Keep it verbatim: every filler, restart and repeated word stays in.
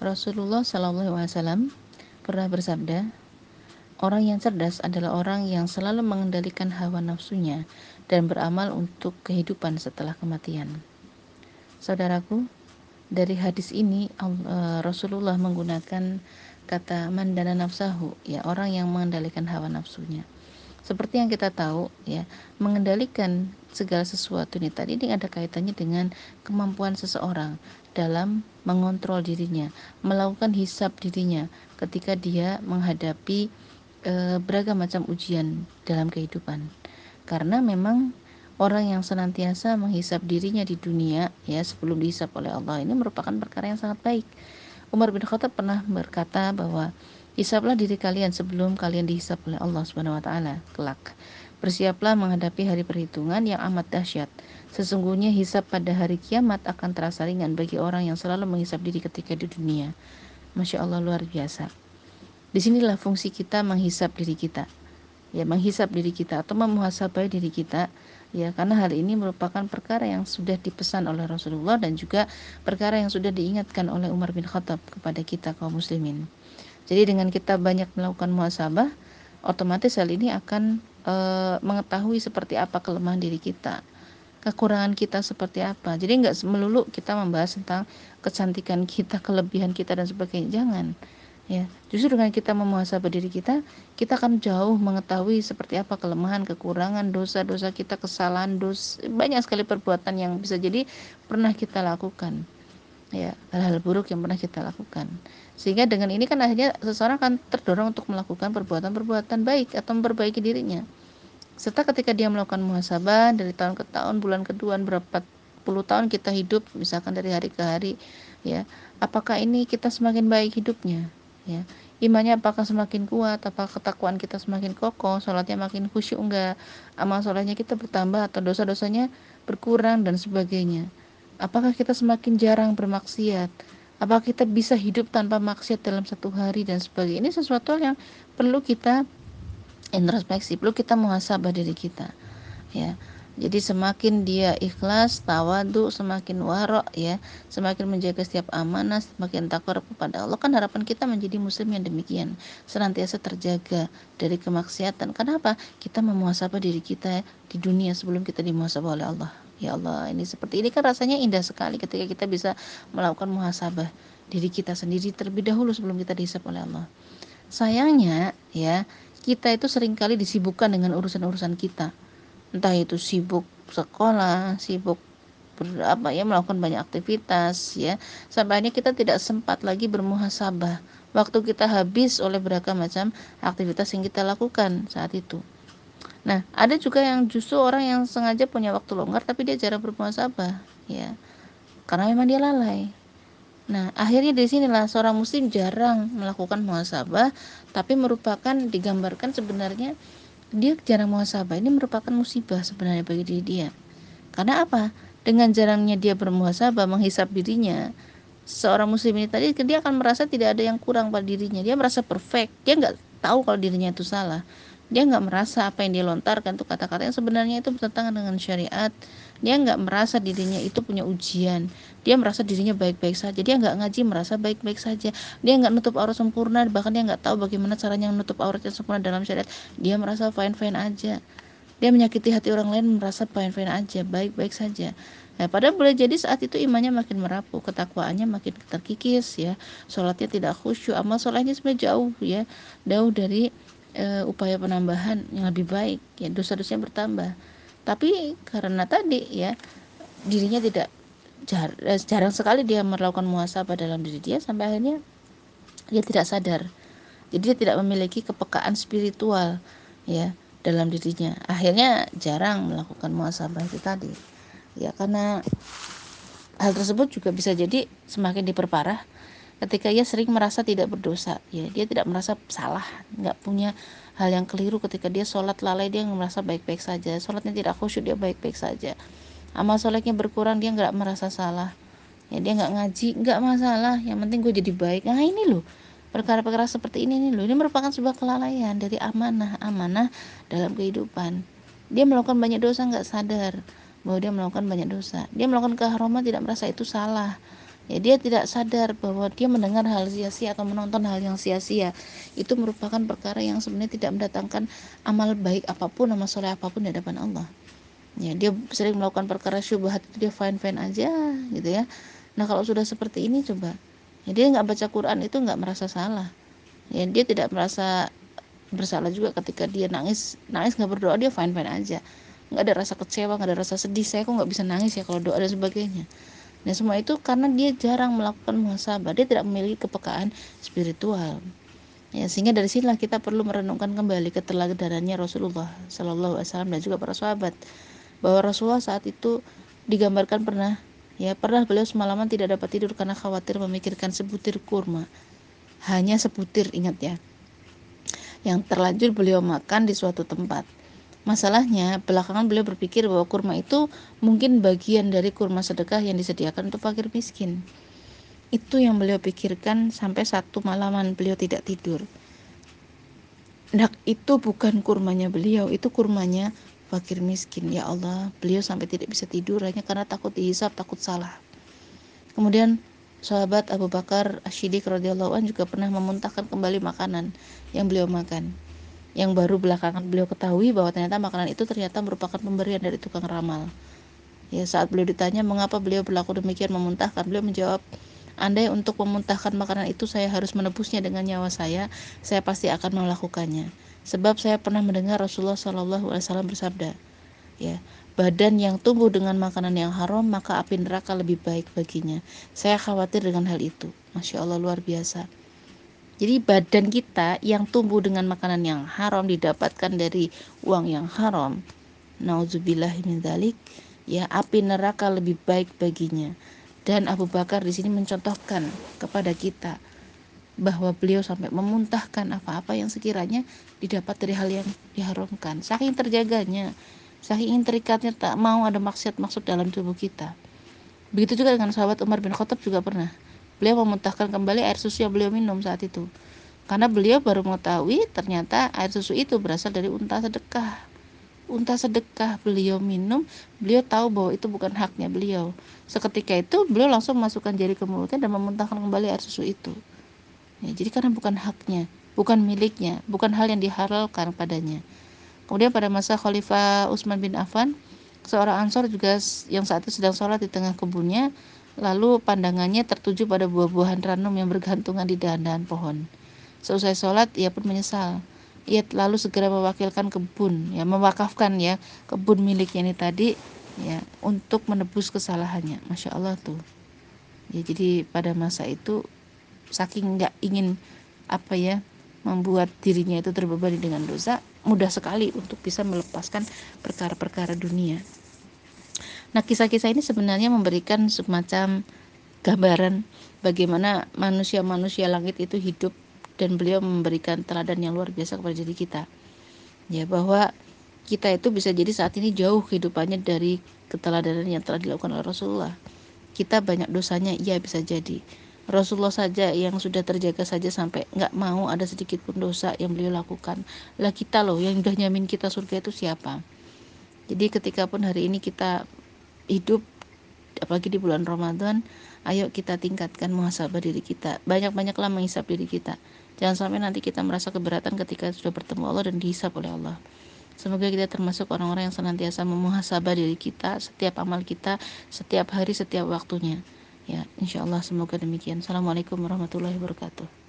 Rasulullah Shallallahu Alaihi Wasallam pernah bersabda, orang yang cerdas adalah orang yang selalu mengendalikan hawa nafsunya dan beramal untuk kehidupan setelah kematian. Saudaraku, dari hadis ini Rasulullah menggunakan kata mandana nafsahu, ya, orang yang mengendalikan hawa nafsunya. Seperti yang kita tahu, ya, mengendalikan segala sesuatu ini tadi ini ada kaitannya dengan kemampuan seseorang dalam mengontrol dirinya, melakukan hisab dirinya ketika dia menghadapi e, beragam macam ujian dalam kehidupan. Karena memang orang yang senantiasa menghisab dirinya di dunia, ya, sebelum dihisab oleh Allah, ini merupakan perkara yang sangat baik. Umar bin Khattab pernah berkata bahwa hisablah diri kalian sebelum kalian dihisab oleh Allah Subhanahu wa taala kelak. Bersiaplah menghadapi hari perhitungan yang amat dahsyat. Sesungguhnya hisab pada hari kiamat akan terasa ringan bagi orang yang selalu menghisab diri ketika di dunia. Masya Allah, luar biasa. Disinilah fungsi kita menghisab diri kita, ya, menghisab diri kita atau memuhasabah diri kita, ya, karena hal ini merupakan perkara yang sudah dipesan oleh Rasulullah dan juga perkara yang sudah diingatkan oleh Umar bin Khattab kepada kita kaum muslimin. Jadi dengan kita banyak melakukan muhasabah, otomatis hal ini akan e, mengetahui seperti apa kelemahan diri kita, kekurangan kita seperti apa. Jadi nggak melulu kita membahas tentang kecantikan kita, kelebihan kita dan sebagainya, jangan. Ya, justru dengan kita memuhasabah diri kita, kita akan jauh mengetahui seperti apa kelemahan, kekurangan, dosa-dosa kita, kesalahan, dosa, banyak sekali perbuatan yang bisa jadi pernah kita lakukan, ya, hal-hal buruk yang pernah kita lakukan. Sehingga dengan ini kan akhirnya seseorang akan terdorong untuk melakukan perbuatan-perbuatan baik atau memperbaiki dirinya. Serta ketika dia melakukan muhasabah dari tahun ke tahun, bulan ke bulan, berapa puluh tahun kita hidup, misalkan dari hari ke hari, ya, apakah ini kita semakin baik hidupnya, ya, imannya apakah semakin kuat, apakah ketakwaan kita semakin kokoh, sholatnya makin khusyuk enggak, amal sholatnya kita bertambah atau dosa-dosanya berkurang dan sebagainya. Apakah kita semakin jarang bermaksiat, apakah kita bisa hidup tanpa maksiat dalam satu hari dan sebagainya. Ini sesuatu yang perlu kita introspeksi, perlu kita muhasabah diri kita, ya. Jadi semakin dia ikhlas, tawadu, semakin warok, ya, semakin menjaga setiap amanah, semakin takwa kepada Allah. Kan harapan kita menjadi muslim yang demikian, senantiasa terjaga dari kemaksiatan. Kenapa? Kita memuhasabah diri kita di dunia sebelum kita dimuhasabah oleh Allah. Ya Allah, ini seperti ini kan rasanya indah sekali ketika kita bisa melakukan muhasabah diri kita sendiri terlebih dahulu sebelum kita dihisab oleh Allah. Sayangnya, ya, kita itu seringkali disibukkan dengan urusan-urusan kita. Entah itu sibuk sekolah, sibuk ber, apa ya melakukan banyak aktivitas, ya, sampai akhirnya kita tidak sempat lagi bermuhasabah. Waktu kita habis oleh beragam macam aktivitas yang kita lakukan saat itu. Nah, ada juga yang justru orang yang sengaja punya waktu longgar tapi dia jarang bermuhasabah, ya, karena memang dia lalai. Nah, akhirnya dari sinilah seorang muslim jarang melakukan muhasabah, tapi merupakan digambarkan sebenarnya dia jarang muhasabah ini merupakan musibah sebenarnya bagi diri dia. Karena apa? Dengan jarangnya dia bermuhasabah, menghisap dirinya, seorang muslim ini tadi dia akan merasa tidak ada yang kurang pada dirinya. Dia merasa perfect. Dia nggak tahu kalau dirinya itu salah. Dia nggak merasa apa yang dia lontarkan itu kata-kata yang sebenarnya itu bertentangan dengan syariat. Dia nggak merasa dirinya itu punya ujian. Dia merasa dirinya baik-baik saja. Dia nggak ngaji merasa baik-baik saja. Dia nggak nutup aurat sempurna, bahkan dia nggak tahu bagaimana caranya menutup aurat yang sempurna dalam syariat. Dia merasa fine-fine aja. Dia menyakiti hati orang lain merasa fine-fine aja, baik-baik saja. Nah, padahal boleh jadi saat itu imannya makin merapuh, ketakwaannya makin terkikis, ya, sholatnya tidak khusyuk, amal sholatnya sebenarnya jauh, ya, jauh dari e, upaya penambahan yang lebih baik, ya, dosa-dosanya bertambah. Tapi karena tadi, ya, dirinya tidak jar, jarang sekali dia melakukan muhasabah dalam diri dia sampai akhirnya dia tidak sadar. Jadi dia tidak memiliki kepekaan spiritual, ya, dalam dirinya. Akhirnya jarang melakukan muhasabah itu tadi. Ya, karena hal tersebut juga bisa jadi semakin diperparah ketika ia sering merasa tidak berdosa, ya, dia tidak merasa salah, nggak punya hal yang keliru. Ketika dia sholat lalai dia merasa baik-baik saja, sholatnya tidak khusyuk dia baik-baik saja, amal sholatnya berkurang dia nggak merasa salah, ya, dia nggak ngaji nggak masalah, yang penting gue jadi baik. Nah, ini loh perkara-perkara seperti ini nih loh, ini merupakan sebuah kelalaian dari amanah-amanah dalam kehidupan. Dia melakukan banyak dosa nggak sadar bahwa dia melakukan banyak dosa. Dia melakukan keharaman tidak merasa itu salah. Ya, dia tidak sadar bahwa dia mendengar hal sia-sia atau menonton hal yang sia-sia. Itu merupakan perkara yang sebenarnya tidak mendatangkan amal baik apapun, amal soleh apapun di hadapan Allah. Ya, dia sering melakukan perkara syubhat itu dia fine-fine aja gitu ya. Nah, kalau sudah seperti ini coba, ya dia nggak baca Quran itu nggak merasa salah. Ya, dia tidak merasa bersalah juga ketika dia nangis, nangis nggak berdoa, dia fine-fine aja. Nggak ada rasa kecewa, nggak ada rasa sedih, saya kok nggak bisa nangis ya kalau doa dan sebagainya. Nah, semua itu karena dia jarang melakukan muhasabah, dia tidak memiliki kepekaan spiritual. Ya, sehingga dari sinilah kita perlu merenungkan kembali keteladarannya Rasulullah Shallallahu Alaihi Wasallam dan juga para sahabat, bahwa Rasulullah saat itu digambarkan pernah ya pernah beliau semalaman tidak dapat tidur karena khawatir memikirkan sebutir kurma, hanya sebutir, ingat ya, yang terlanjur beliau makan di suatu tempat. Masalahnya, belakangan beliau berpikir bahwa kurma itu mungkin bagian dari kurma sedekah yang disediakan untuk fakir miskin. Itu yang beliau pikirkan sampai satu malaman beliau tidak tidur. Nah, itu bukan kurmanya beliau, itu kurmanya fakir miskin. Ya Allah, beliau sampai tidak bisa tidur hanya karena takut dihisab, takut salah. Kemudian sahabat Abu Bakar Asy-Siddiq radhiyallahu anhu juga pernah memuntahkan kembali makanan yang beliau makan, yang baru belakangan beliau ketahui bahwa ternyata makanan itu ternyata merupakan pemberian dari tukang ramal. Ya, saat beliau ditanya mengapa beliau berlaku demikian memuntahkan, beliau menjawab, andai untuk memuntahkan makanan itu saya harus menebusnya dengan nyawa saya, saya pasti akan melakukannya. Sebab saya pernah mendengar Rasulullah Shallallahu Alaihi Wasallam bersabda, ya, badan yang tumbuh dengan makanan yang haram maka api neraka lebih baik baginya. Saya khawatir dengan hal itu. Masya Allah, luar biasa. Jadi badan kita yang tumbuh dengan makanan yang haram didapatkan dari uang yang haram, nauzubillah min dzalik, ya, api neraka lebih baik baginya. Dan Abu Bakar di sini mencontohkan kepada kita bahwa beliau sampai memuntahkan apa-apa yang sekiranya didapat dari hal yang diharamkan. Saking terjaganya, saking terikatnya tak mau ada maksiat maksud dalam tubuh kita. Begitu juga dengan sahabat Umar bin Khattab juga pernah. Beliau memuntahkan kembali air susu yang beliau minum saat itu. Karena beliau baru mengetahui ternyata air susu itu berasal dari unta sedekah. Unta sedekah beliau minum, beliau tahu bahwa itu bukan haknya beliau. Seketika itu beliau langsung memasukkan jari ke mulutnya dan memuntahkan kembali air susu itu. Ya, jadi karena bukan haknya, bukan miliknya, bukan hal yang dihalalkan padanya. Kemudian pada masa Khalifah Utsman bin Affan, seorang Ansor juga yang saat itu sedang sholat di tengah kebunnya, lalu pandangannya tertuju pada buah-buahan ranum yang bergantungan di dahan-dahan pohon. Seusai sholat, ia pun menyesal. Ia lalu segera mewakilkan kebun, ya, mewakafkan ya kebun miliknya ini tadi, ya, untuk menebus kesalahannya. Masya Allah tuh. Ya, jadi pada masa itu saking nggak ingin apa ya membuat dirinya itu terbebani dengan dosa, mudah sekali untuk bisa melepaskan perkara-perkara dunia. Nah, kisah-kisah ini sebenarnya memberikan semacam gambaran bagaimana manusia-manusia langit itu hidup, dan beliau memberikan teladan yang luar biasa kepada diri kita. Ya, bahwa kita itu bisa jadi saat ini jauh kehidupannya dari keteladanan yang telah dilakukan oleh Rasulullah. Kita banyak dosanya, iya bisa jadi. Rasulullah saja yang sudah terjaga saja sampai nggak mau ada sedikit pun dosa yang beliau lakukan. Lah kita loh yang udah nyamin kita surga itu siapa? Jadi ketika pun hari ini kita hidup, apalagi di bulan Ramadan, ayo kita tingkatkan muhasabah diri kita. Banyak-banyaklah menghisap diri kita. Jangan sampai nanti kita merasa keberatan ketika sudah bertemu Allah dan dihisap oleh Allah. Semoga kita termasuk orang-orang yang senantiasa memuhasabah diri kita, setiap amal kita, setiap hari, setiap waktunya. Ya, insya Allah semoga demikian. Assalamualaikum warahmatullahi wabarakatuh.